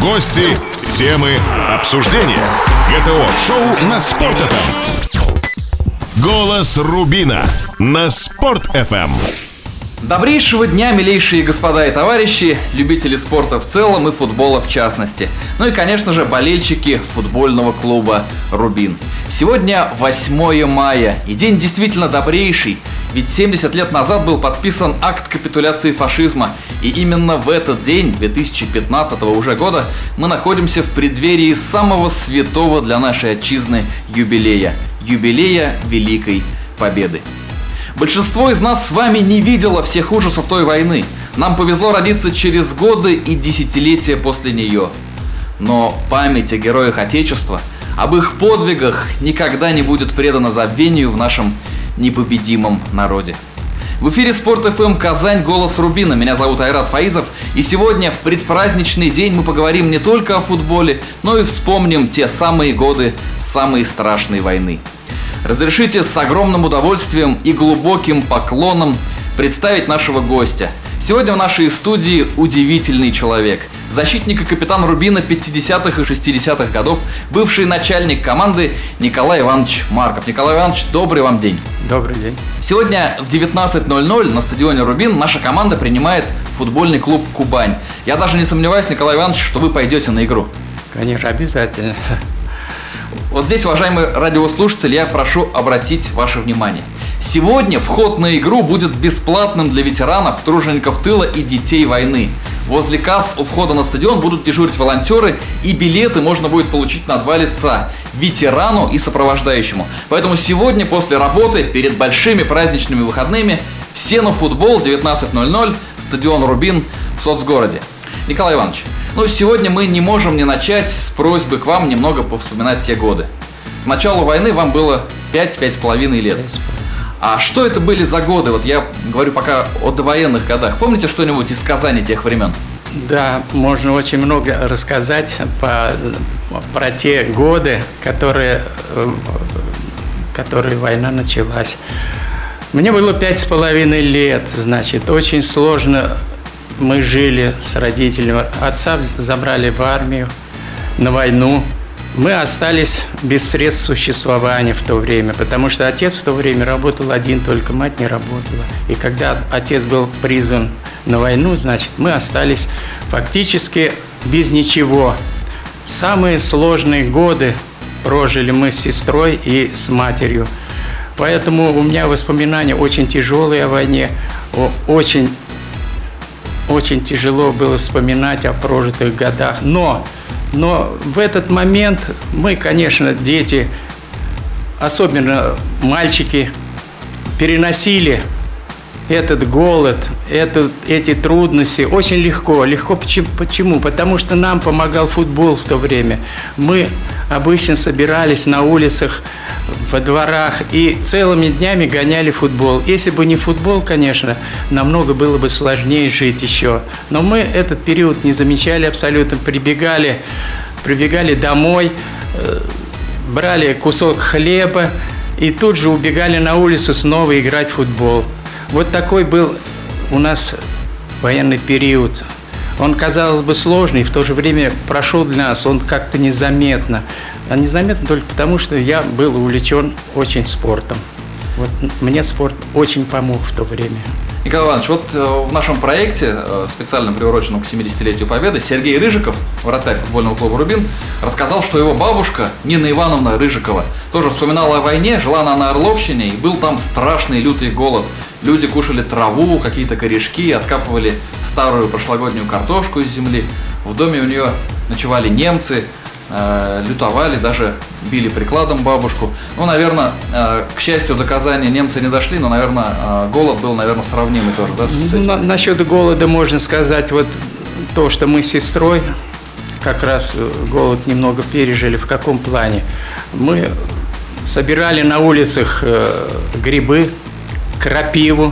Гости, темы, обсуждения. ГТО-шоу на Спорт.ФМ. Голос Рубина на Спорт.ФМ. Добрейшего дня, милейшие господа и товарищи, любители спорта в целом и футбола в частности. Ну и, конечно же, болельщики футбольного клуба «Рубин». Сегодня 8 мая, и день действительно добрейший, ведь 70 лет назад был подписан акт капитуляции фашизма, и именно в этот день, 2015 уже года, мы находимся в преддверии самого святого для нашей отчизны юбилея Великой Победы. Большинство из нас с вами не видело всех ужасов той войны. Нам повезло родиться через годы и десятилетия после нее. Но память о героях Отечества, об их подвигах никогда не будет предана забвению в нашем непобедимом народе. В эфире Спорт.ФМ Казань, голос Рубина. Меня зовут Айрат Фаизов. И сегодня, в предпраздничный день, мы поговорим не только о футболе, но и вспомним те самые годы самой страшной войны. Разрешите с огромным удовольствием и глубоким поклоном представить нашего гостя. Сегодня в нашей студии удивительный человек. Защитник и капитан Рубина 50-х и 60-х годов, бывший начальник команды Николай Иванович Марков. Николай Иванович, добрый вам день. Добрый день. Сегодня в 19:00 на стадионе Рубин наша команда принимает футбольный клуб «Кубань». Я даже не сомневаюсь, Николай Иванович, что вы пойдете на игру. Конечно, обязательно. Вот здесь, уважаемые радиослушатели, я прошу обратить ваше внимание. Сегодня вход на игру будет бесплатным для ветеранов, тружеников тыла и детей войны. Возле касс у входа на стадион будут дежурить волонтеры, и билеты можно будет получить на 2 лица – ветерану и сопровождающему. Поэтому сегодня после работы, перед большими праздничными выходными, все на футбол 19:00, стадион Рубин в соцгороде. Николай Иванович, сегодня мы не можем не начать с просьбы к вам немного повспоминать те годы. К началу войны вам было 5-5,5 лет. А что это были за годы? Вот я говорю пока о довоенных годах. Помните что-нибудь из Казани тех времен? Да, можно очень много рассказать про те годы, которые война началась. Мне было 5,5 лет, значит, очень сложно мы жили с родителями. Отца забрали в армию, на войну. Мы остались без средств существования в то время, потому что отец в то время работал один, только мать не работала. И когда отец был призван на войну, значит, мы остались фактически без ничего. Самые сложные годы прожили мы с сестрой и с матерью. Поэтому у меня воспоминания очень тяжелые о войне, очень тяжело было вспоминать о прожитых годах. Но в этот момент мы, конечно, дети, особенно мальчики, переносили этот голод, эти трудности очень легко. Почему? Потому что нам помогал футбол в то время. Мы обычно собирались на улицах, во дворах и целыми днями гоняли футбол. Если бы не футбол, конечно, намного было бы сложнее жить еще. Но мы этот период не замечали абсолютно, прибегали домой, брали кусок хлеба и тут же убегали на улицу снова играть в футбол. Вот такой был у нас военный период. Он, казалось бы, сложный, в то же время прошел для нас, он как-то незаметно. А незаметно только потому, что я был увлечен очень спортом. Вот мне спорт очень помог в то время. Николай Иванович, вот в нашем проекте, специально приуроченном к 70-летию Победы, Сергей Рыжиков, вратарь футбольного клуба «Рубин», рассказал, что его бабушка, Нина Ивановна Рыжикова, тоже вспоминала о войне, жила она на Орловщине, и был там страшный лютый голод. Люди кушали траву, какие-то корешки, откапывали старую прошлогоднюю картошку из земли. В доме у нее ночевали немцы, лютовали, даже били прикладом бабушку. Наверное, к счастью, до Казани немцы не дошли, но, наверное, голод был, сравнимый тоже, да, с этим? Насчет голода можно сказать, вот то, что мы с сестрой как раз голод немного пережили. В каком плане? Мы собирали на улицах грибы, крапиву.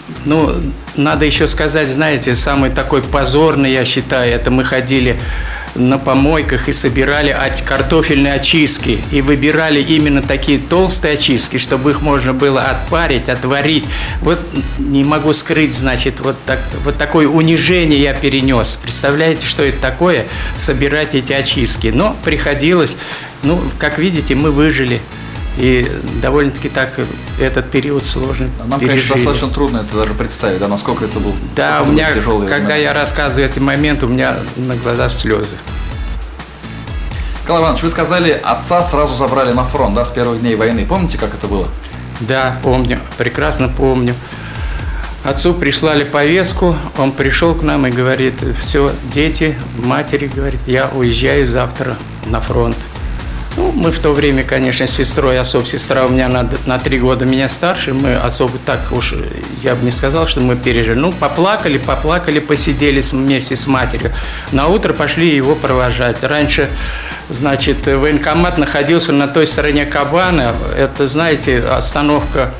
Надо еще сказать, знаете, самый такой позорный, я считаю, это мы ходили на помойках и собирали картофельные очистки. И выбирали именно такие толстые очистки, чтобы их можно было отпарить, отварить. Вот не могу скрыть, значит, вот такое унижение я перенес. Представляете, что это такое? Собирать эти очистки. Но приходилось, как видите, мы выжили. И довольно-таки так этот период сложный. Нам, конечно, достаточно трудно это даже представить, насколько это был тяжелый. Да, у меня, когда я рассказываю эти моменты, у меня на глазах слезы. Николай Иванович, вы сказали, отца сразу забрали на фронт, с первых дней войны. Помните, как это было? Да, помню, прекрасно помню. Отцу прислали повестку, он пришел к нам и говорит: все, дети, матери, говорит, я уезжаю завтра на фронт. Мы в то время, конечно, с сестрой, сестра у меня на 3 года меня старше, мы особо так уж, я бы не сказал, что мы пережили. Поплакали, посидели вместе с матерью. На утро пошли его провожать. Раньше, значит, военкомат находился на той стороне Кабана. Это, знаете, остановка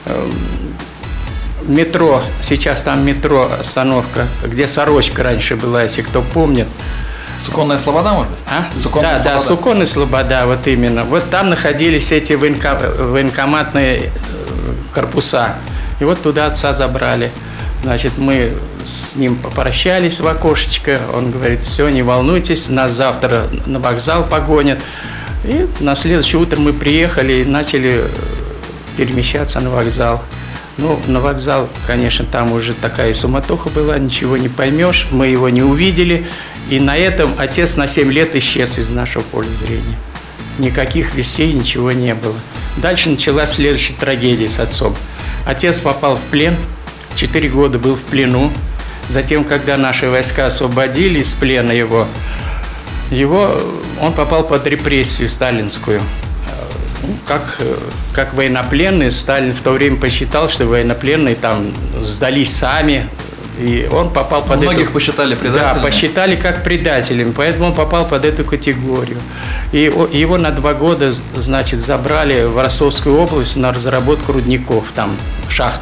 метро. Сейчас там метро, остановка, где Сорочка раньше была, если кто помнит. Суконная Слобода, может быть? Да, Суконная Слобода, вот именно. Вот там находились эти военкоматные корпуса. И вот туда отца забрали. Значит, мы с ним попрощались в окошечко. Он говорит: все, не волнуйтесь, нас завтра на вокзал погонят. И на следующее утро мы приехали и начали перемещаться на вокзал. На вокзал, конечно, там уже такая суматоха была, ничего не поймешь. Мы его не увидели. И на этом отец на 7 лет исчез из нашего поля зрения. Никаких вестей, ничего не было. Дальше началась следующая трагедия с отцом. Отец попал в плен, 4 года был в плену. Затем, когда наши войска освободили из плена его, он попал под репрессию сталинскую. Как военнопленный, Сталин в то время посчитал, что военнопленные там сдались сами, и он попал под Многих посчитали предателями. Да, посчитали как предателями, поэтому он попал под эту категорию. И его на 2 года, значит, забрали в Ростовскую область на разработку рудников, там, шахт.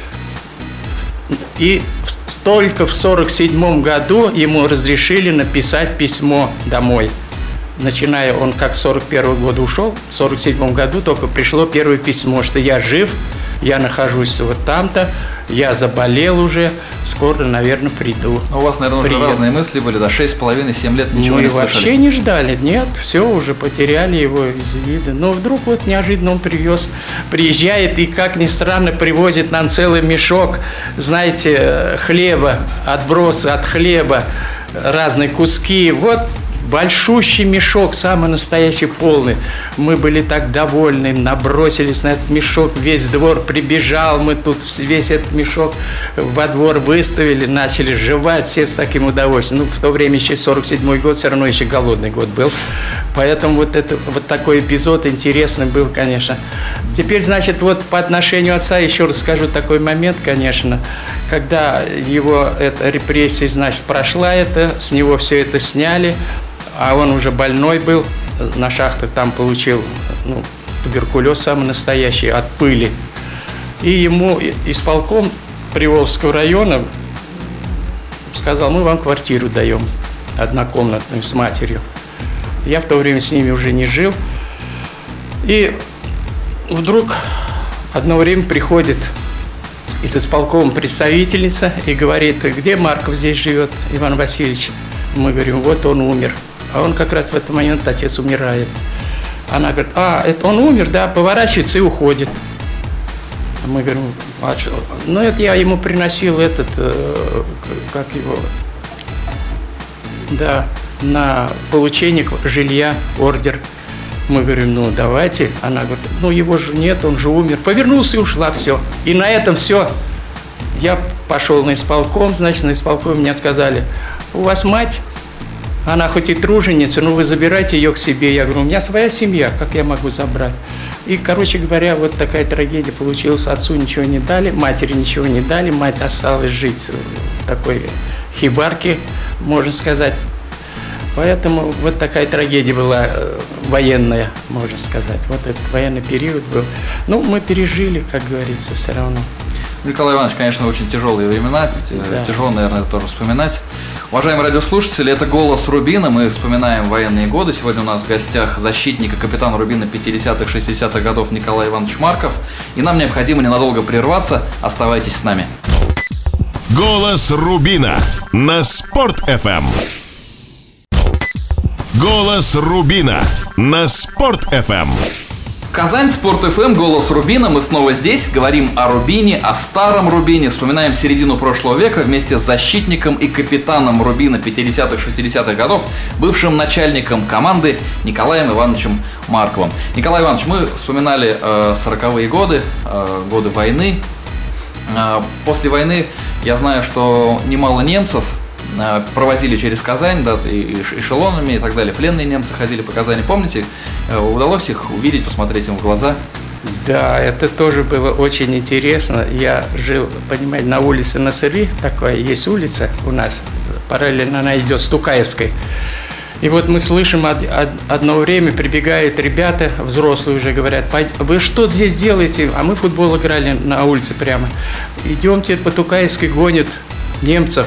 И только в 1947 году ему разрешили написать письмо домой. Начиная, он как с 1941 года ушел, в 1947 году только пришло первое письмо, что я жив, я нахожусь вот там-то, я заболел уже, скоро, наверное, приду. У вас, наверное, уже разные мысли были, 6,5-7 лет ничего не слышали. Мы вообще не ждали, нет, все, уже потеряли его из вида. Но вдруг вот неожиданно он приезжает и, как ни странно, привозит нам целый мешок, знаете, хлеба, отбросы от хлеба, разные куски, вот. Большущий мешок, самый настоящий, полный. Мы были так довольны, набросились на этот мешок, весь двор прибежал, мы тут весь этот мешок во двор выставили, начали жевать все с таким удовольствием. В то время еще 1947 год, все равно еще голодный год был. Поэтому вот такой эпизод интересный был, конечно. Теперь, значит, вот по отношению отца еще расскажу такой момент, конечно, когда его репрессия, значит, прошла с него все это сняли. А он уже больной был, на шахтах там получил туберкулез самый настоящий от пыли. И ему исполком Приволжского района сказал: мы вам квартиру даем, однокомнатную, с матерью. Я в то время с ними уже не жил. И вдруг одно время приходит из исполкома представительница и говорит: где Марков здесь живет, Иван Васильевич? Мы говорим: вот он умер. А он как раз в этот момент, отец, умирает. Она говорит: это он умер, да, поворачивается и уходит. Мы говорим: а что? Это я ему приносил на получение жилья, ордер. Мы говорим: давайте. Она говорит: его же нет, он же умер. Повернулся и ушла, все. И на этом все. Я пошел на исполком, значит, на исполкоме мне сказали: у вас мать, она хоть и труженица, но вы забирайте ее к себе. Я говорю: у меня своя семья, как я могу забрать? И, короче говоря, вот такая трагедия получилась. Отцу ничего не дали, матери ничего не дали. Мать осталась жить в такой хибарке, можно сказать. Поэтому вот такая трагедия была военная, можно сказать. Вот этот военный период был. Мы пережили, как говорится, все равно. Николай Иванович, конечно, очень тяжелые времена. Да. Тяжело, наверное, тоже вспоминать. Уважаемые радиослушатели, это «Голос Рубина». Мы вспоминаем военные годы. Сегодня у нас в гостях защитник и капитан Рубина 50-х, 60-х годов Николай Иванович Марков. И нам необходимо ненадолго прерваться. Оставайтесь с нами. «Голос Рубина» на Спорт.ФМ. «Голос Рубина» на Спорт.ФМ. Казань, Спорт.ФМ, «Голос Рубина». Мы снова здесь, говорим о Рубине, о старом Рубине. Вспоминаем середину прошлого века вместе с защитником и капитаном Рубина 50-х, 60-х годов, бывшим начальником команды Николаем Ивановичем Марковым. Николай Иванович, мы вспоминали 40-е годы, годы войны. После войны я знаю, что немало немцев провозили через Казань, да, и эшелонами и так далее. Пленные немцы ходили по Казани. Помните, удалось их увидеть, посмотреть им в глаза? Да, это тоже было очень интересно. Я жил, понимаете, на улице Насыри, такая есть улица у нас, параллельно она идет с Тукаевской. И вот мы слышим, одно время прибегают ребята, взрослые уже, говорят: вы что здесь делаете? А мы в футбол играли на улице прямо. Идемте, по Тукаевской гонят немцев.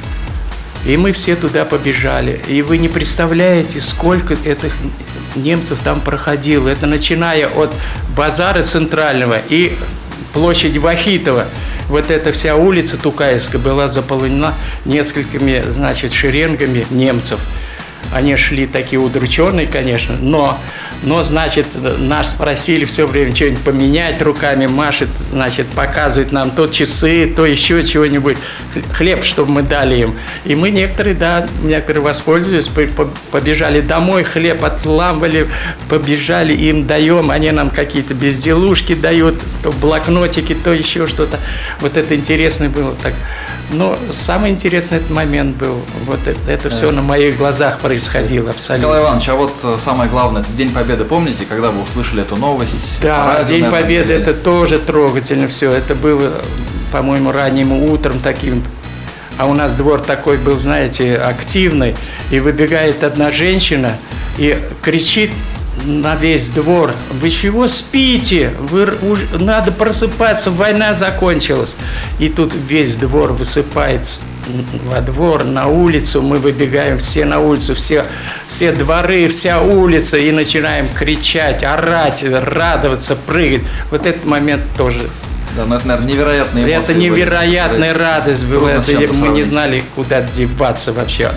И мы все туда побежали. И вы не представляете, сколько этих немцев там проходило. Это начиная от базара центрального и площади Вахитова. Вот эта вся улица Тукаевская была заполнена несколькими, значит, шеренгами немцев. Они шли такие удрученные, конечно, но, значит, нас просили все время что-нибудь поменять, руками машет, значит, показывает нам то часы, то еще чего-нибудь, хлеб, чтобы мы дали им. И мы некоторые воспользовались, побежали домой, хлеб отламывали, побежали, им даем, они нам какие-то безделушки дают, то блокнотики, то еще что-то. Вот это интересно было так. Но самый интересный этот момент был. Вот это все на моих глазах происходило абсолютно. Николай Иванович, а вот самое главное, это День Победы, помните, когда вы услышали эту новость? Да, радио, День Победы, это тоже трогательно все. Это было, по-моему, ранним утром таким. А у нас двор такой был, знаете, активный. И выбегает одна женщина и кричит на весь двор: вы чего спите? Надо просыпаться, война закончилась. И тут весь двор высыпает во двор, на улицу. Мы выбегаем все на улицу, все дворы, вся улица, и начинаем кричать, орать, радоваться, прыгать. Вот этот момент тоже. Да, но это, наверное, невероятные эмоции. Это невероятная радость была. Мы не знали, куда деваться вообще.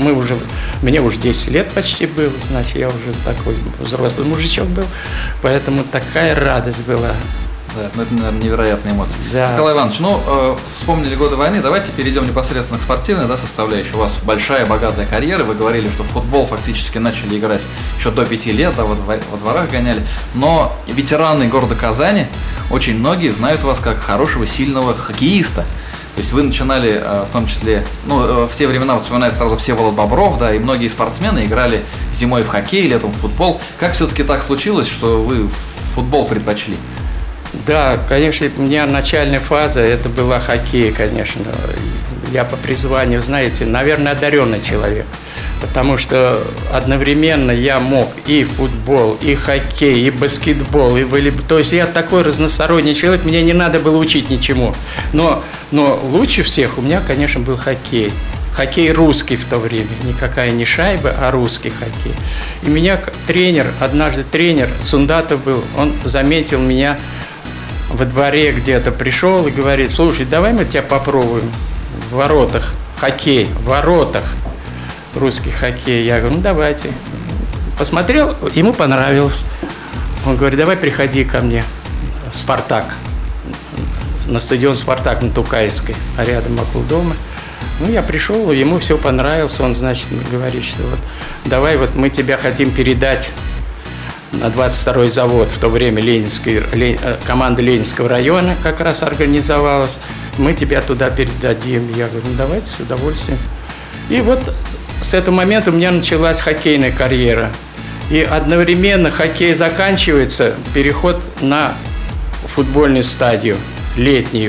Мне уже 10 лет почти было, значит, я уже такой взрослый мужичок был. Поэтому такая радость была. Да, это, наверное, невероятные эмоции. Да. Николай Иванович, вспомнили годы войны, давайте перейдем непосредственно к спортивной, да, составляющей. У вас большая, богатая карьера, вы говорили, что в футбол фактически начали играть еще до 5 лет, да, во дворах гоняли. Но ветераны города Казани, очень многие знают вас как хорошего, сильного хоккеиста. То есть вы начинали, в том числе, в те времена вспоминается сразу Всеволод Бобров, да, и многие спортсмены играли зимой в хоккей, летом в футбол. Как все-таки так случилось, что вы футбол предпочли? Да, конечно, у меня начальная фаза, это была хоккей, конечно. Я по призванию, знаете, наверное, одаренный человек. Потому что одновременно я мог и футбол, и хоккей, и баскетбол, и волейбол. То есть я такой разносторонний человек, мне не надо было учить ничему. Но лучше всех у меня, конечно, был хоккей. Хоккей русский в то время, никакая не шайба, а русский хоккей. И меня однажды тренер, Сундатов был, он заметил меня во дворе где-то, пришел и говорит: слушай, давай мы тебя попробуем в воротах, хоккей, в воротах, русский хоккей. Я говорю: давайте. Посмотрел, ему понравилось. Он говорит: давай приходи ко мне в «Спартак», на стадион «Спартак» на Тукаевской, рядом около дома. Я пришел, ему все понравилось. Он, значит, говорит, что вот давай, вот мы тебя хотим передать на 22-й завод. В то время команда Ленинского района как раз организовалась. Мы тебя туда передадим. Я говорю: давайте, с удовольствием. И вот с этого момента у меня началась хоккейная карьера. И одновременно хоккей заканчивается, переход на футбольную стадию, летнюю.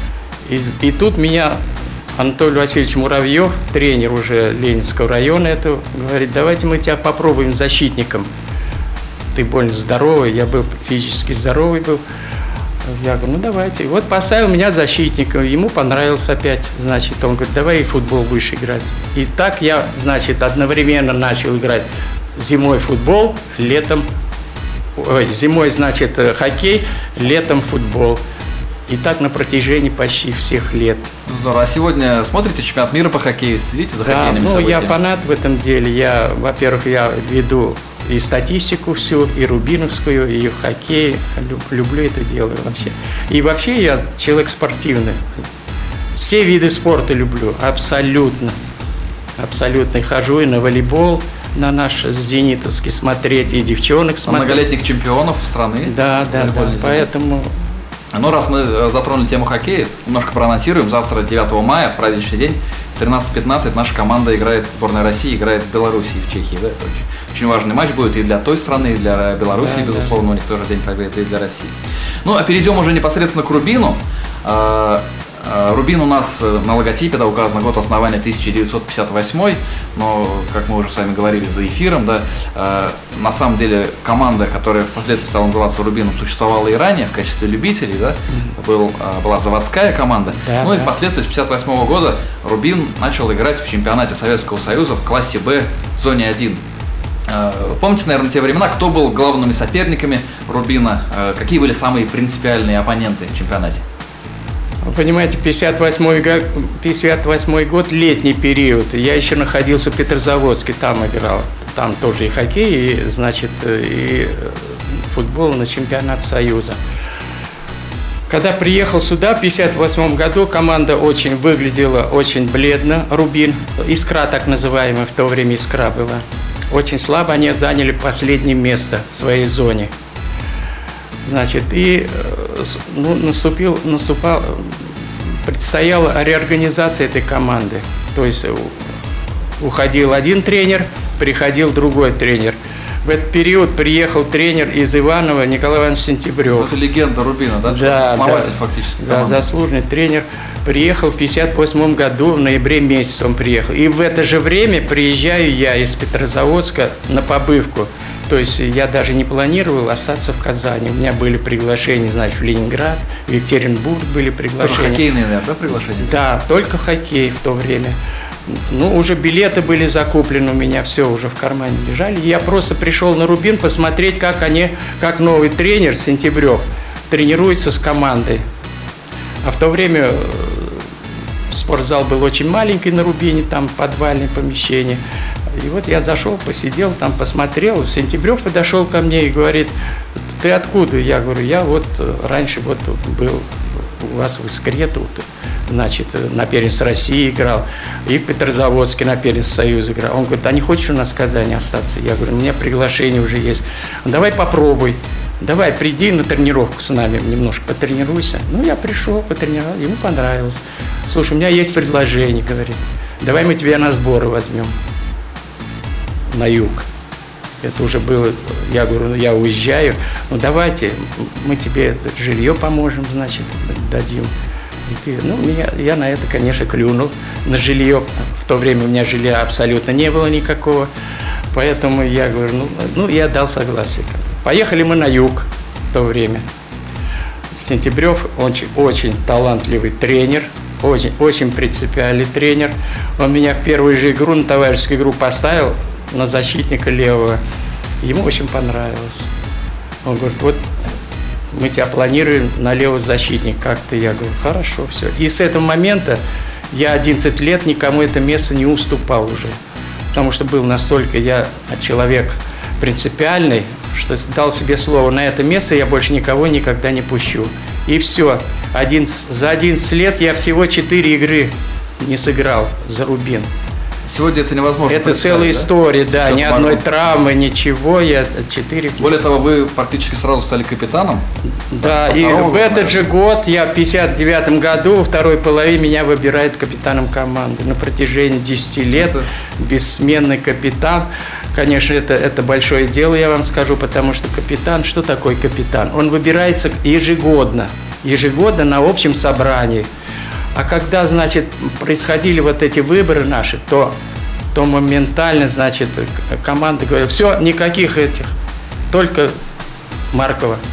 И тут меня Анатолий Васильевич Муравьев, тренер уже Ленинского района, это говорит: давайте мы тебя попробуем защитником. Ты больно здоровый, я был физически здоровый был. Я говорю, ну давайте. И вот поставил меня защитником, ему понравилось опять, значит, он говорит, давай в футбол будешь играть. И так я, значит, одновременно начал играть зимой футбол, летом, зимой, значит, хоккей, летом футбол. И так на протяжении почти всех лет. Здорово. А сегодня смотрите чемпионат мира по хоккею, следите за хоккейными событиями? Я фанат в этом деле. Во-первых, я веду и статистику всю, и рубиновскую, и хоккей. Люблю это дело вообще. И вообще я человек спортивный. Все виды спорта люблю, абсолютно. Абсолютно. И хожу и на волейбол, на наш зенитовский смотреть, и девчонок смотреть. Многолетних чемпионов страны. Да. Поэтому... Ну, раз мы затронули тему хоккея, немножко проанонсируем. Завтра, 9 мая, в праздничный день, в 13:15 наша команда играет, сборная России играет в Белоруссии, в Чехии. Да? Это очень важный матч будет и для той страны, и для Белоруссии, безусловно, у них тоже день победы, и для России. Ну, а перейдем уже непосредственно к Рубину. Рубин у нас на логотипе, да, указано год основания 1958, но, как мы уже с вами говорили за эфиром, да, на самом деле команда, которая впоследствии стала называться Рубином, существовала и ранее в качестве любителей, да, была заводская команда, и впоследствии с 1958 года Рубин начал играть в чемпионате Советского Союза в классе Б, в зоне 1. Помните, наверное, те времена, кто был главными соперниками Рубина, какие были самые принципиальные оппоненты в чемпионате? Вы понимаете, 58 год, летний период. Я еще находился в Петрозаводске, там играл. Там тоже и хоккей, и, значит, и футбол на чемпионат Союза. Когда приехал сюда, в 58 году, команда выглядела очень бледно, Рубин. Искра, так называемая, в то время Искра была. Очень слабо, они заняли последнее место в своей зоне. Значит, и предстояла реорганизация этой команды. То есть уходил один тренер, приходил другой тренер. В этот период приехал тренер из Иваново Николай Иванович Сентябрев. Это легенда Рубина, да? Основатель фактически команды. Да, заслуженный тренер. Приехал в 1958 году, в ноябре месяце он приехал. И в это же время приезжаю я из Петрозаводска на побывку. То есть я даже не планировал остаться в Казани. У меня были приглашения, значит, в Ленинград, в Екатеринбург были приглашения. Тоже хоккейные, наверное, да, приглашения? Да, только хоккей в то время. Ну, уже билеты были закуплены у меня, все уже в кармане лежали. Я просто пришел на Рубин посмотреть, как новый тренер Сентябрев тренируется с командой. А в то время спортзал был очень маленький на Рубине, там подвальное помещение. И вот я зашел, посидел, там посмотрел. Сентябрев подошел ко мне и говорит: ты откуда? Я говорю: я вот раньше вот был у вас в Искре тут, значит, на первенстве России играл, и в Петрозаводске на первенстве Союза играл. Он говорит: а не хочешь у нас в Казани остаться? Я говорю: у меня приглашение уже есть. Давай попробуй. Давай, приди на тренировку с нами, немножко потренируйся. Ну, я пришел, потренировал, ему понравилось. Слушай, у меня есть предложение, говорит. Давай мы тебя на сборы возьмем на юг. Это уже было, я говорю, я уезжаю. Ну, давайте, мы тебе жилье поможем, значит, дадим. И ты, я на это, конечно, клюнул, на жилье. В то время у меня жилья абсолютно не было никакого. Поэтому я говорю, я дал согласие. Поехали мы на юг в то время. Сентябрев очень талантливый тренер, очень принципиальный тренер. Он меня в первую же игру, на товарищескую игру поставил на защитника левого. Ему очень понравилось. Он говорит: вот мы тебя планируем на левого защитника, как ты? Я говорю: хорошо, все. И с этого момента я 11 лет никому это место не уступал уже. Потому что был настолько я человек принципиальный, что дал себе слово: на это место я больше никого никогда не пущу. И все. За 11 лет я всего 4 игры не сыграл за Рубин. Сегодня это невозможно. Это целая история, да, ни одной травмы, ничего, я 4. Более того, вы практически сразу стали капитаном. Да, и в этот же год, я в 59 году, во второй половине меня выбирает капитаном команды. На протяжении 10 лет бессменный капитан. Конечно, это большое дело, я вам скажу, потому что капитан, что такое капитан? Он выбирается ежегодно на общем собрании. А когда, значит, происходили вот эти выборы наши, то моментально, значит, команда говорит: все, никаких этих, только Маркова.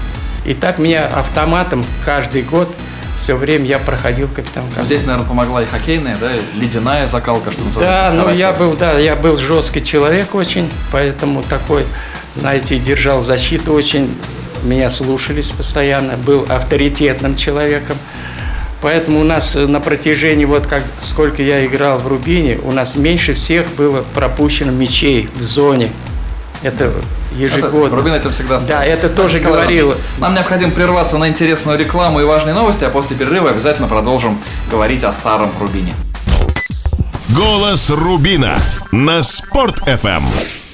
И так меня автоматом каждый год все время я проходил капитан команды. Здесь, наверное, помогла и хоккейная, да, ледяная закалка, что называется. Да, я был жесткий человек очень, поэтому такой, знаете, держал защиту очень, меня слушались постоянно, был авторитетным человеком. Поэтому у нас на протяжении, сколько я играл в Рубине, у нас меньше всех было пропущено мячей в зоне. Это ежегодно. Рубин этим всегда стал. Да, это тоже говорил. Нам необходимо прерваться на интересную рекламу и важные новости, а после перерыва обязательно продолжим говорить о старом Рубине. Голос Рубина на Спорт.ФМ.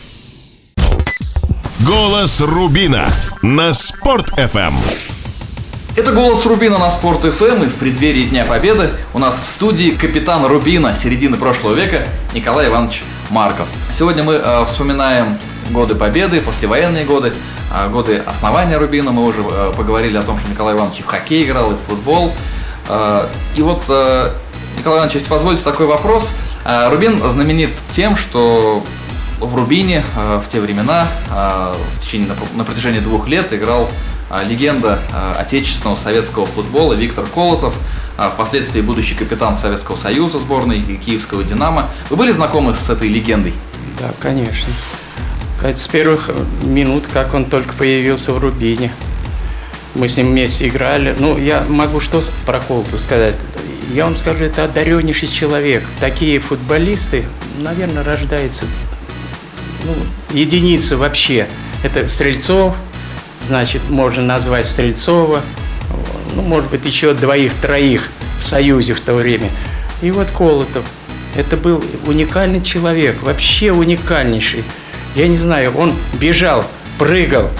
Голос Рубина на Спорт.ФМ. Это «Голос Рубина» на Спорт.ФМ, и в преддверии Дня Победы у нас в студии капитан Рубина середины прошлого века Николай Иванович Марков. Сегодня мы вспоминаем годы Победы, послевоенные годы, годы основания Рубина. Мы уже поговорили о том, что Николай Иванович и в хоккей играл, и в футбол. И вот, Николай Иванович, если позволите такой вопрос. Рубин знаменит тем, что в Рубине в те времена, на протяжении 2 лет играл легенда отечественного советского футбола Виктор Колотов, впоследствии будущий капитан Советского Союза сборной Киевского «Динамо». Вы были знакомы с этой легендой? Да, конечно. С первых минут, как он только появился в Рубине. Мы с ним вместе играли. Я могу что про Колотова сказать? Я вам скажу, это одареннейший человек. Такие футболисты, наверное, рождаются единицы вообще. Это Стрельцов, значит, можно назвать Стрельцова, может быть, еще 2-3 в Союзе в то время. И вот Колотов. Это был уникальный человек, вообще уникальнейший. Я не знаю, он бежал, прыгал,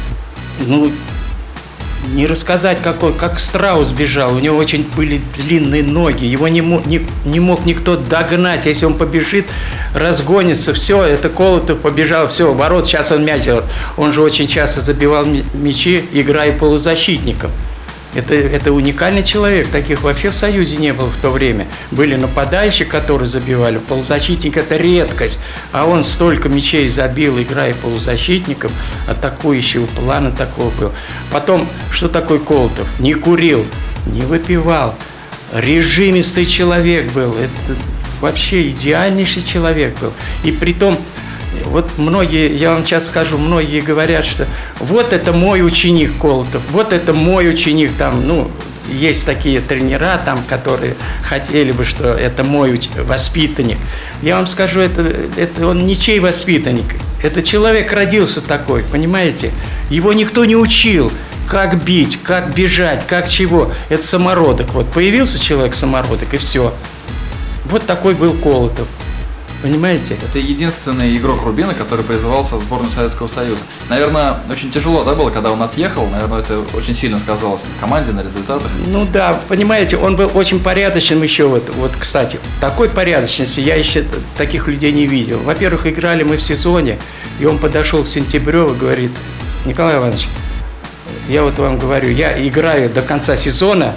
не рассказать, как страус бежал. У него очень были длинные ноги, его не мог никто догнать. Если он побежит, разгонится, все, это Колотов побежал, все, ворот, сейчас он мяч. Он же очень часто забивал мячи, играя полузащитником. Это уникальный человек, таких вообще в Союзе не было в то время. Были нападающие, которые забивали, полузащитник – это редкость, а он столько мячей забил, играя полузащитником, атакующего плана такого был. Потом, что такое Колотов? Не курил, не выпивал, режимистый человек был, это вообще идеальнейший человек был. И притом, вот многие, я вам сейчас скажу, многие говорят, что вот это мой ученик Колотов, вот это мой ученик, есть такие тренера там, которые хотели бы, что это мой воспитанник. Я вам скажу, это он ничей воспитанник, это человек родился такой, понимаете? Его никто не учил, как бить, как бежать, как чего. Это самородок, вот появился человек-самородок и все. Вот такой был Колотов. Понимаете? Это единственный игрок Рубина, который призывался в сборную Советского Союза. Наверное, очень тяжело, было, когда он отъехал. Наверное, это очень сильно сказалось на команде, на результатах. Да, понимаете, он был очень порядочным еще. Вот, кстати, такой порядочности я еще таких людей не видел. Во-первых, играли мы в сезоне, и он подошел к Сентябреву и говорит: Николай Иванович, я вот вам говорю, я играю до конца сезона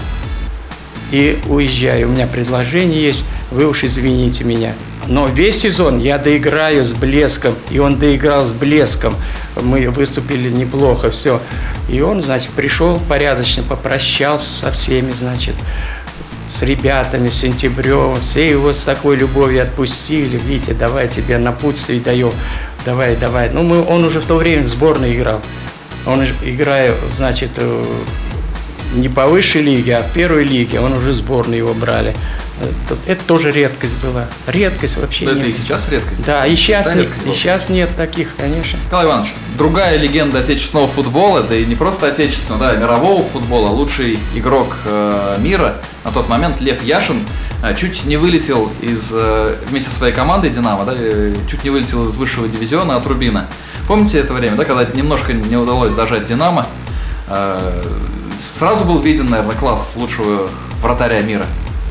и уезжаю. У меня предложение есть, вы уж извините меня. Но весь сезон я доиграю с блеском, и он доиграл с блеском. Мы выступили неплохо, все. И он, значит, пришел порядочно, попрощался со всеми, значит, с ребятами, с Сентябревым. Все его с такой любовью отпустили. Витя, давай тебе напутствие даем, давай. Он уже в то время в сборной играл. Он играя, значит, не по высшей лиге, а в первой лиге. Он уже в сборную его брали. Это тоже редкость была. Редкость вообще нет. Это и сейчас редкость? Да, и сейчас нет таких, конечно. Николай Иванович, другая легенда отечественного футбола, да и не просто отечественного, мирового футбола, лучший игрок мира на тот момент Лев Яшин чуть не вылетел вместе со своей командой «Динамо», чуть не вылетел из высшего дивизиона от Рубина. Помните это время, когда немножко не удалось дожать «Динамо»? Сразу был виден, наверное, класс лучшего вратаря мира.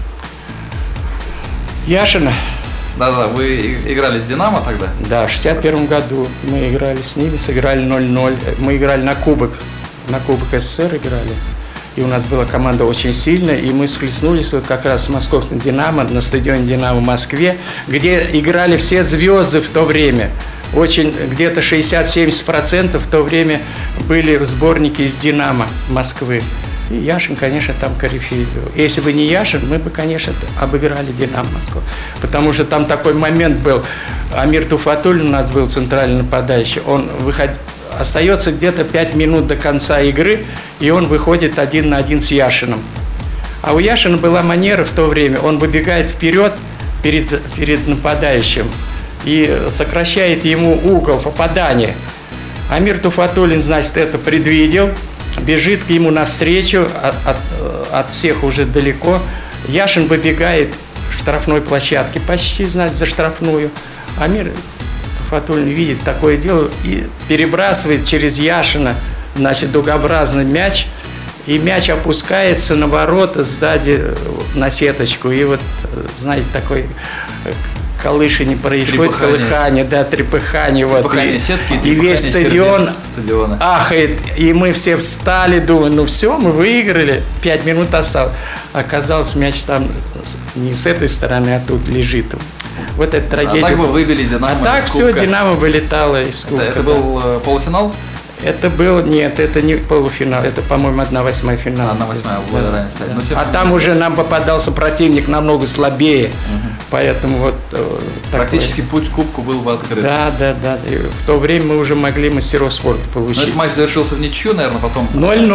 Яшина? Да, вы играли с «Динамо» тогда? Да, в 61 году мы играли с ними, сыграли 0-0. Мы играли на Кубок СССР играли. И у нас была команда очень сильная, и мы схлестнулись вот как раз с московским «Динамо» на стадионе «Динамо» в Москве, где играли все звезды в то время. очень где-то 60-70% в то время были сборники из «Динамо» Москвы. И Яшин, конечно, там корифей был. Если бы не Яшин, мы бы, конечно, обыграли «Динамо» Москву. Потому что там такой момент был. Амир Туфатуллин у нас был центральный нападающий. Он остается где-то 5 минут до конца игры, и он выходит 1 на 1 с Яшиным. А у Яшина была манера в то время. Он выбегает вперед перед нападающим и сокращает ему угол попадания. Амир Туфатуллин, значит, это предвидел, бежит к ему навстречу, от всех уже далеко. Яшин выбегает в штрафной площадке, почти, значит, за штрафную. Амир Туфатуллин видит такое дело и перебрасывает через Яшина, значит, дугообразный мяч. И мяч опускается на ворота сзади на сеточку. И вот, знаете, такой колышение происходит, колыхание, да, трепыхание. Трепыхание сетки, и весь стадион ахает. И мы все встали, думаем, ну все, мы выиграли. 5 минут осталось. Оказалось, мяч там не с этой стороны, а тут лежит. Вот это трагедия. А так бы вывели «Динамо» А так все, «Динамо» вылетало из кубка. Это был полуфинал? Это был, нет, это не полуфинал, это, по-моему, 1/8 финала. 1/8 было ранее стали. А там уже нам попадался противник намного слабее, поэтому вот... Практически путь к кубку был бы открыт. Да. И в то время мы уже могли мастеров спорта получить. Но этот матч завершился в ничью, наверное, потом...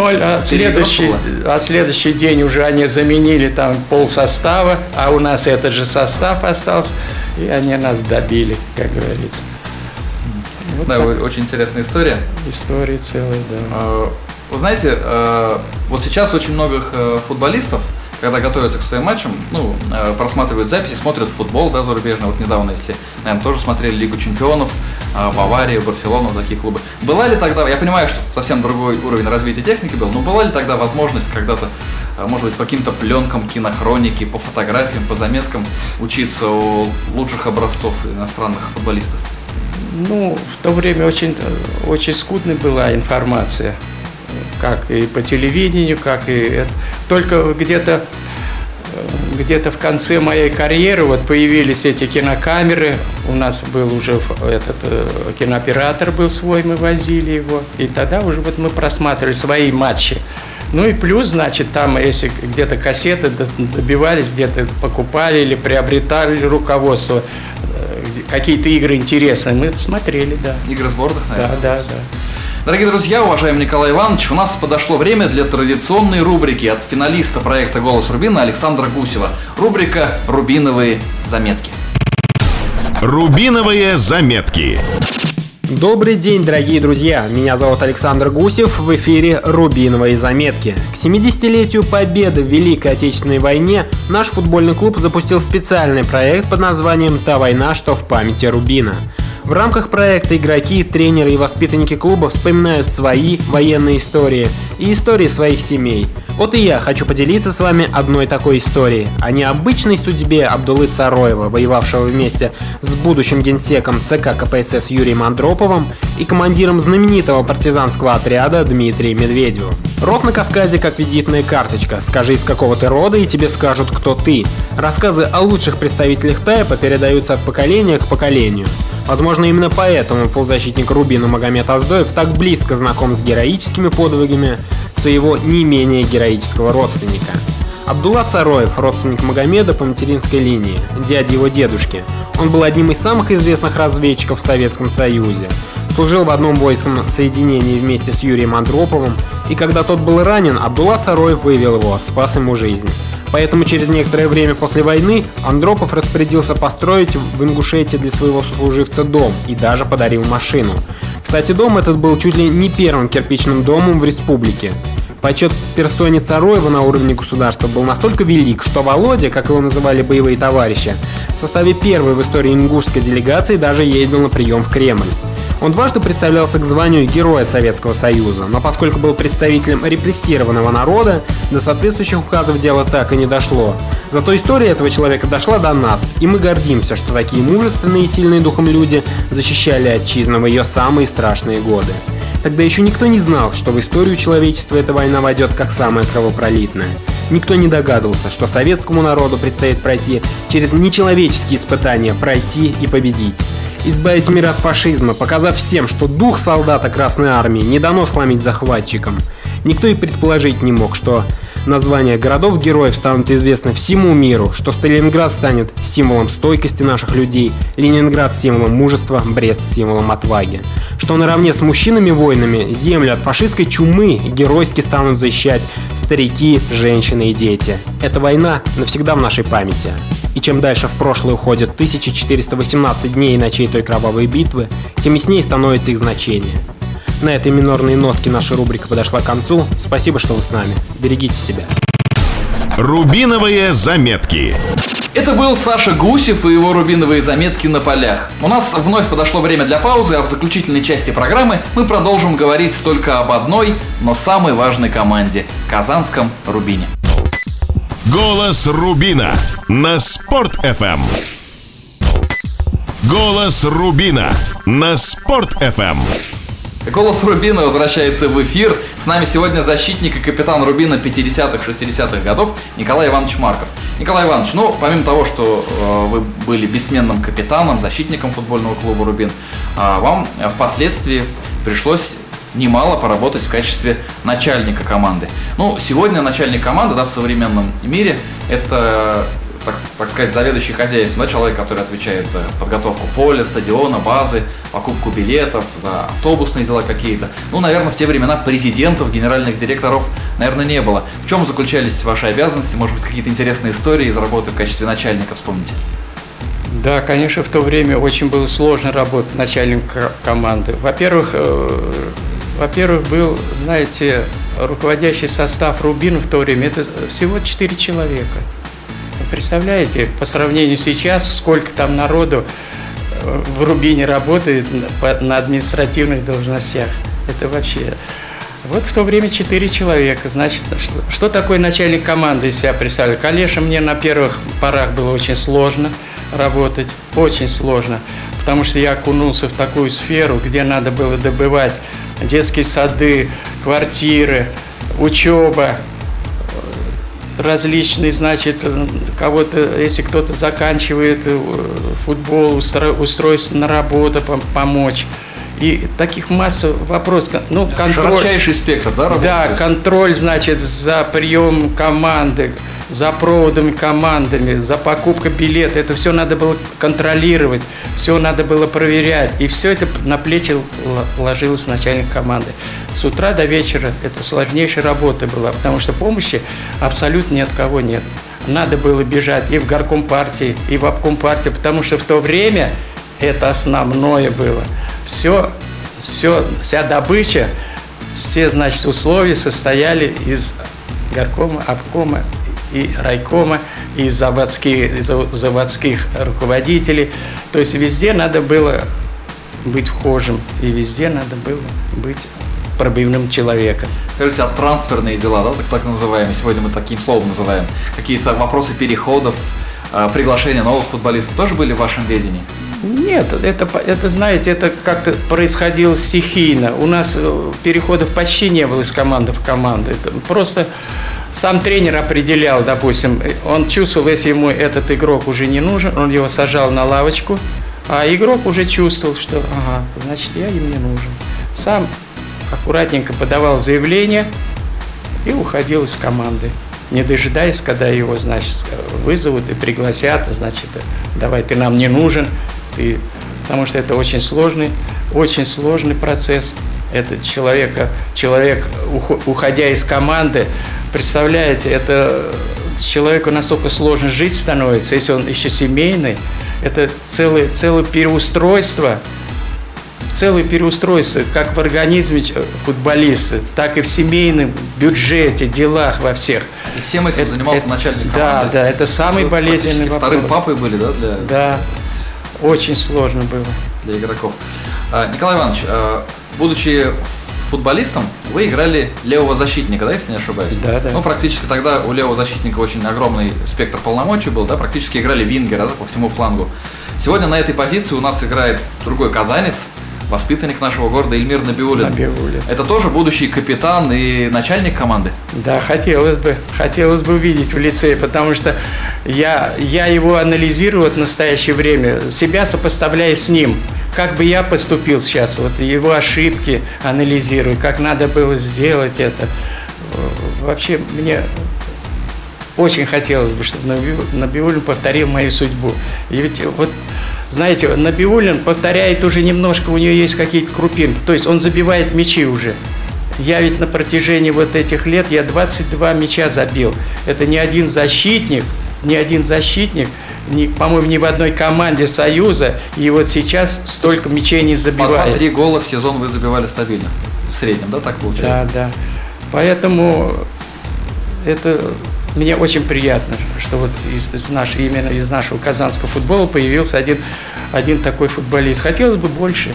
0-0, а следующий день уже они заменили там полсостава, а у нас этот же состав остался, и они нас добили, как говорится. Вот да, так. Очень интересная история. История целая, да. Вы знаете, вот сейчас очень многих футболистов, когда готовятся к своим матчам, просматривают записи, смотрят футбол, да, зарубежный. Вот недавно, если, наверное, тоже смотрели Лигу чемпионов, Баварию, Барселону, такие клубы. Была ли тогда, я понимаю, что это совсем другой уровень развития техники был, но была ли тогда возможность когда-то, может быть, по каким-то пленкам, кинохроники, по фотографиям, по заметкам учиться у лучших образцов иностранных футболистов? В то время очень скудной была информация, как и по телевидению, как и... Только где-то в конце моей карьеры вот появились эти кинокамеры. У нас был уже кинооператор был свой, мы возили его. И тогда уже вот мы просматривали свои матчи. Ну и плюс, значит, там, если где-то кассеты добивались, где-то покупали или приобретали руководство, какие-то игры интересные, мы смотрели, да. Игры сборных, наверное? Да. Дорогие друзья, уважаемый Николай Иванович, у нас подошло время для традиционной рубрики от финалиста проекта «Голос Рубина» Александра Гусева. Рубрика «Рубиновые заметки». Рубиновые заметки. Добрый день, дорогие друзья! Меня зовут Александр Гусев, в эфире «Рубиновые заметки». К 70-летию победы в Великой Отечественной войне наш футбольный клуб запустил специальный проект под названием «Та война, что в памяти Рубина». В рамках проекта игроки, тренеры и воспитанники клуба вспоминают свои военные истории и истории своих семей. Вот и я хочу поделиться с вами одной такой историей о необычной судьбе Абдуллы Цароева, воевавшего вместе с будущим генсеком ЦК КПСС Юрием Андроповым и командиром знаменитого партизанского отряда Дмитрием Медведевым. Род на Кавказе как визитная карточка. Скажи, из какого ты рода, и тебе скажут, кто ты. Рассказы о лучших представителях тайпа передаются от поколения к поколению. Возможно, именно поэтому полузащитник Рубина Магомед Оздоев так близко знаком с героическими подвигами своего не менее героического родственника. Абдулла Цароев – родственник Магомеда по материнской линии, дядя его дедушки. Он был одним из самых известных разведчиков в Советском Союзе. Служил в одном воинском соединении вместе с Юрием Андроповым, и когда тот был ранен, Абдулла Цароев вывел его, спас ему жизнь. Поэтому через некоторое время после войны Андропов распорядился построить в Ингушетии для своего сослуживца дом и даже подарил машину. Кстати, дом этот был чуть ли не первым кирпичным домом в республике. Почет персоне Цароева на уровне государства был настолько велик, что Володя, как его называли боевые товарищи, в составе первой в истории ингушской делегации даже ездил на прием в Кремль. Он дважды представлялся к званию Героя Советского Союза, но поскольку был представителем репрессированного народа, до соответствующих указов дело так и не дошло. Зато история этого человека дошла до нас, и мы гордимся, что такие мужественные и сильные духом люди защищали отчизну в ее самые страшные годы. Тогда еще никто не знал, что в историю человечества эта война войдет как самая кровопролитная. Никто не догадывался, что советскому народу предстоит пройти через нечеловеческие испытания, пройти и победить. избавить мир от фашизма, показав всем, что дух солдата Красной Армии не дано сломить захватчикам. Никто и предположить не мог, что названия городов-героев станут известны всему миру, что Сталинград станет символом стойкости наших людей, Ленинград символом мужества, Брест символом отваги, что наравне с мужчинами-воинами землю от фашистской чумы геройски станут защищать старики, женщины и дети. Эта война навсегда в нашей памяти. И чем дальше в прошлое уходят 1418 дней и ночей той кровавой битвы, тем яснее становится их значение. На этой минорной нотке наша рубрика подошла к концу. Спасибо, что вы с нами. Берегите себя. Рубиновые заметки. Это был Саша Гусев и его рубиновые заметки на полях. У нас вновь подошло время для паузы, а в заключительной части программы мы продолжим говорить только об одной, но самой важной команде – казанском «Рубине». Голос Рубина на Спорт.ФМ. Голос Рубина на Спорт.ФМ. Голос Рубина возвращается в эфир. С нами сегодня защитник и капитан Рубина 50-х, 60-х годов Николай Иванович Марков. Николай Иванович, помимо того, что вы были бессменным капитаном, защитником футбольного клуба «Рубин», вам впоследствии пришлось немало поработать в качестве начальника команды. Сегодня начальник команды, в современном мире, это, так сказать, заведующий хозяйством, человек, который отвечает за подготовку поля, стадиона, базы, покупку билетов, за автобусные дела какие-то. Наверное, в те времена президентов, генеральных директоров, наверное, не было. В чем заключались ваши обязанности? Может быть, какие-то интересные истории из работы в качестве начальника вспомните? Да, конечно, в то время очень было сложно работать начальником команды. Во-первых, был, знаете, руководящий состав «Рубина» в то время, это всего 4 человека. Вы представляете, по сравнению сейчас, сколько там народу в «Рубине» работает на административных должностях. Это вообще... Вот в то время 4 человека. Значит, что такое начальник команды из себя представляет? Конечно, мне на первых порах было очень сложно работать, очень сложно, потому что я окунулся в такую сферу, где надо было добывать детские сады, квартиры, учеба, различные, значит, кого-то, если кто-то заканчивает футбол, устройство на работу, помочь. И таких масса вопросов. Контроль, широчайший спектр, да, работы? Да, контроль, значит, за приемом команды, за проводами командами, за покупкой билета. Это все надо было контролировать, все надо было проверять. И все это на плечи ложилось начальник команды. С утра до вечера это сложнейшая работа была, потому что помощи абсолютно ни от кого нет. Надо было бежать и в горком партии, и в обком партии, потому что в то время это основное было. Вся добыча, все, значит, условия состояли из горкома, обкома и райкома, из заводских руководителей. То есть везде надо было быть вхожим, и везде надо было быть пробивным человеком. Скажите, а трансферные дела, да, так называемые, сегодня мы таким словом называем, какие-то вопросы переходов, приглашения новых футболистов тоже были в вашем ведении? Нет, это, знаете, это как-то происходило стихийно. У нас переходов почти не было из команды в команду. Это просто сам тренер определял, допустим, он чувствовал, если ему этот игрок уже не нужен, он его сажал на лавочку, а игрок уже чувствовал, что, значит, я им не нужен. Сам аккуратненько подавал заявление и уходил из команды, не дожидаясь, когда его, значит, вызовут и пригласят, значит, давай, ты нам не нужен. Потому что это очень сложный процесс. Это человек, уходя из команды, представляете, это человеку настолько сложно жить становится, если он еще семейный, это целое переустройство, как в организме футболиста, так и в семейном бюджете, делах во всех. И всем этим занимался начальник команды. Да, это самый болезненный вопрос. Вторым папой были, да? Да. Очень сложно было. Для игроков. Николай Иванович, будучи футболистом, вы играли левого защитника, да, если не ошибаюсь? Да. Практически тогда у левого защитника очень огромный спектр полномочий был, да, практически играли вингера, да, по всему флангу. Сегодня на этой позиции у нас играет другой казанец, воспитанник нашего города Эльмир Набиуллин. Набиуллин. Это тоже будущий капитан и начальник команды? Да, хотелось бы увидеть в лице, потому что я его анализирую в настоящее время, себя сопоставляя с ним. Как бы я поступил сейчас, вот его ошибки анализирую, как надо было сделать это. Вообще, мне очень хотелось бы, чтобы Набиуллин повторил мою судьбу. И ведь вот, знаете, Набиуллин повторяет уже немножко, у него есть какие-то крупинки, то есть он забивает мячи уже. Я ведь на протяжении вот этих лет, я 22 мяча забил. Это ни один защитник, по-моему, ни в одной команде Союза, и вот сейчас столько мячей не забивает. По 2-3 гола в сезон вы забивали стабильно, в среднем, да, так получается? Да. Поэтому это мне очень приятно, что вот именно из нашего казанского футбола появился один такой футболист. Хотелось бы больше.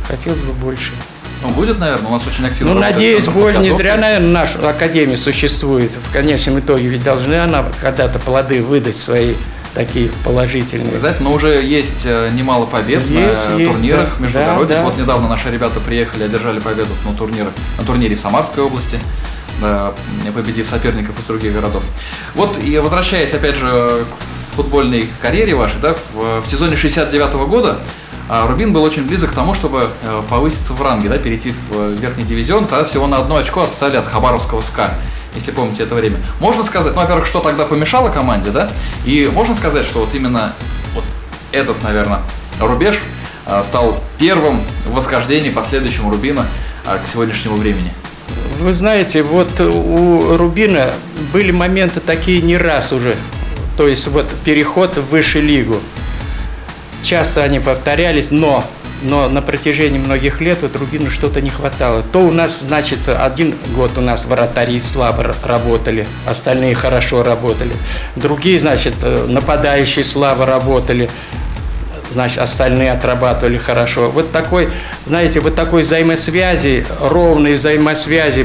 Ну, будет, наверное, у нас очень активно. Ну, надеюсь, больше. Не зря, наверное, наша академия существует. В конечном итоге ведь должна она когда-то плоды выдать свои такие положительные. Вы знаете, но уже есть немало побед на турнирах международных. Да. Вот недавно наши ребята приехали, одержали победу на турнире в Самарской области, победив соперников из других городов. Вот, и возвращаясь, опять же, к футбольной карьере вашей, да, в сезоне 69-го года Рубин был очень близок к тому, чтобы повыситься в ранге, да, перейти в верхний дивизион. Тогда всего на 1 очко отстали от хабаровского СКА, если помните это время. Можно сказать, ну, во-первых, что тогда помешало команде, да, и можно сказать, что вот именно вот этот, наверное, рубеж стал первым в восхождении последующему Рубина к сегодняшнему времени. Вы знаете, вот у Рубина были моменты такие не раз уже, то есть вот переход в высшую лигу. Часто они повторялись, но на протяжении многих лет вот Рубину что-то не хватало. То у нас, значит, 1 год у нас вратари слабо работали, остальные хорошо работали. Другие, значит, нападающие слабо работали, значит, остальные отрабатывали хорошо. Вот такой, знаете, вот такой взаимосвязи, ровной взаимосвязи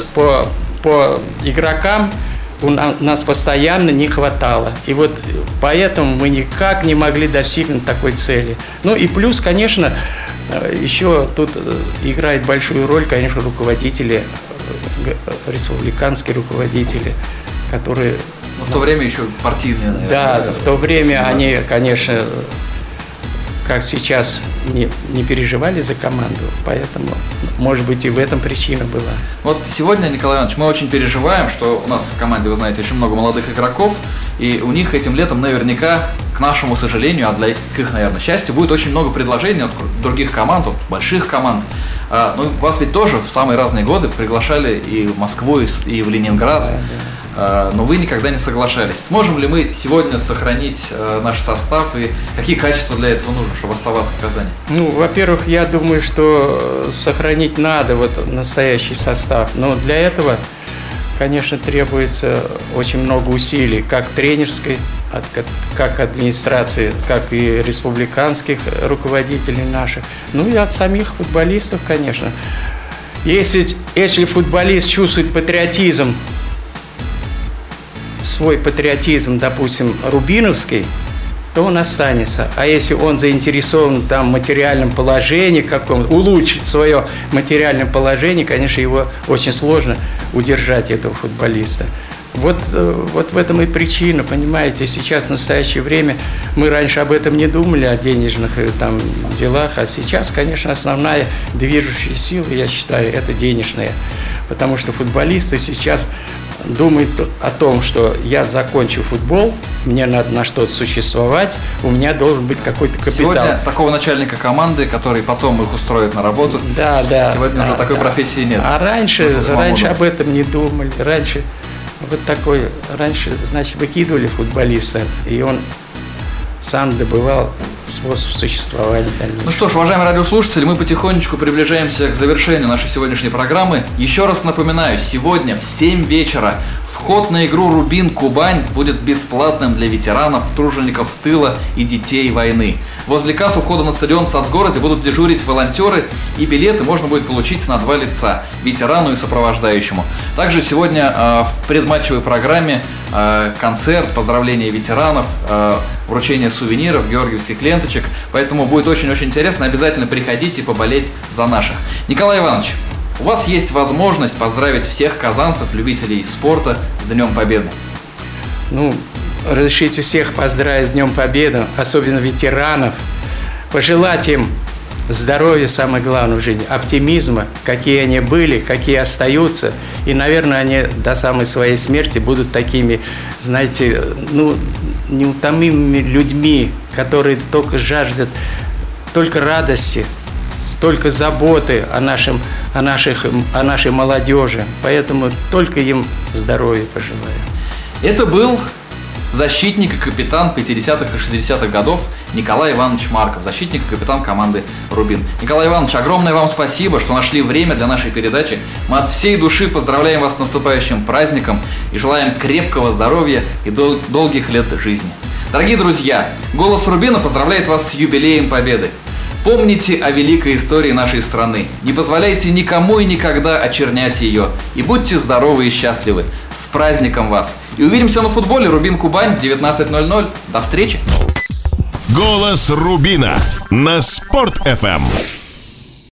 по игрокам у нас постоянно не хватало. И вот поэтому мы никак не могли достигнуть такой цели. Ну и плюс, конечно, еще тут играет большую роль, конечно, руководители, республиканские руководители, которые... Но в то время еще партийные, наверное. Да, в то время они, конечно, как сейчас, не переживали за команду, поэтому, может быть, и в этом причина была. Вот сегодня, Николай Иванович, мы очень переживаем, что у нас в команде, вы знаете, очень много молодых игроков, и у них этим летом наверняка, к нашему сожалению, к их, наверное, счастью, будет очень много предложений от других команд, от больших команд. Ну, вас ведь тоже в самые разные годы приглашали и в Москву, и в Ленинград. Да. Но вы никогда не соглашались. Сможем ли мы сегодня сохранить наш состав и какие качества для этого нужно, чтобы оставаться в Казани? Ну, во-первых, я думаю, что сохранить надо вот настоящий состав, но для этого, конечно, требуется очень много усилий, как тренерской, как администрации, как и республиканских руководителей наших, ну и от самих футболистов, конечно. Если футболист чувствует патриотизм, свой патриотизм, допустим, рубиновский, то он останется. А если он заинтересован там, в материальном положении, улучшить свое материальное положение, конечно, его очень сложно удержать, этого футболиста. Вот в этом и причина, понимаете, сейчас в настоящее время мы раньше об этом не думали, о денежных там делах, а сейчас, конечно, основная движущая сила, я считаю, это денежная, потому что футболисты сейчас думают о том, что я закончу футбол, мне надо на что-то существовать, у меня должен быть какой-то капитал. Сегодня такого начальника команды, который потом их устроит на работу, сегодня уже такой профессии нет. А раньше об этом не думали, раньше, значит, выкидывали футболиста, и он сам добывал способ существования. Ну что ж, уважаемые радиослушатели, мы потихонечку приближаемся к завершению нашей сегодняшней программы. Еще раз напоминаю, сегодня в 7 вечера в Вход на игру «Рубин Кубань» будет бесплатным для ветеранов, тружеников тыла и детей войны. Возле касс у входа на стадион в Соцгороде будут дежурить волонтеры, и билеты можно будет получить на 2 лица – ветерану и сопровождающему. Также сегодня в предматчевой программе концерт, поздравления ветеранов, вручение сувениров, георгиевских ленточек. Поэтому будет очень-очень интересно. Обязательно приходите поболеть за наших. Николай Иванович, у вас есть возможность поздравить всех казанцев, любителей спорта с Днем Победы. Разрешите всех поздравить с Днем Победы, особенно ветеранов. Пожелать им здоровья, самое главное в жизни, оптимизма, какие они были, какие остаются. И, наверное, они до самой своей смерти будут такими, знаете, неутомимыми людьми, которые только жаждут только радости, столько заботы о нашей молодежи. Поэтому только им здоровья пожелаю. Это был защитник и капитан 50-х и 60-х годов Николай Иванович Марков, защитник и капитан команды «Рубин». Николай Иванович, огромное вам спасибо, что нашли время для нашей передачи. Мы от всей души поздравляем вас с наступающим праздником и желаем крепкого здоровья и долгих лет жизни. Дорогие друзья, «Голос Рубина» поздравляет вас с юбилеем Победы. Помните о великой истории нашей страны. Не позволяйте никому и никогда очернять ее. И будьте здоровы и счастливы. С праздником вас. И увидимся на футболе «Рубин Кубань» в 19:00. До встречи. Голос Рубина на Спорт FM.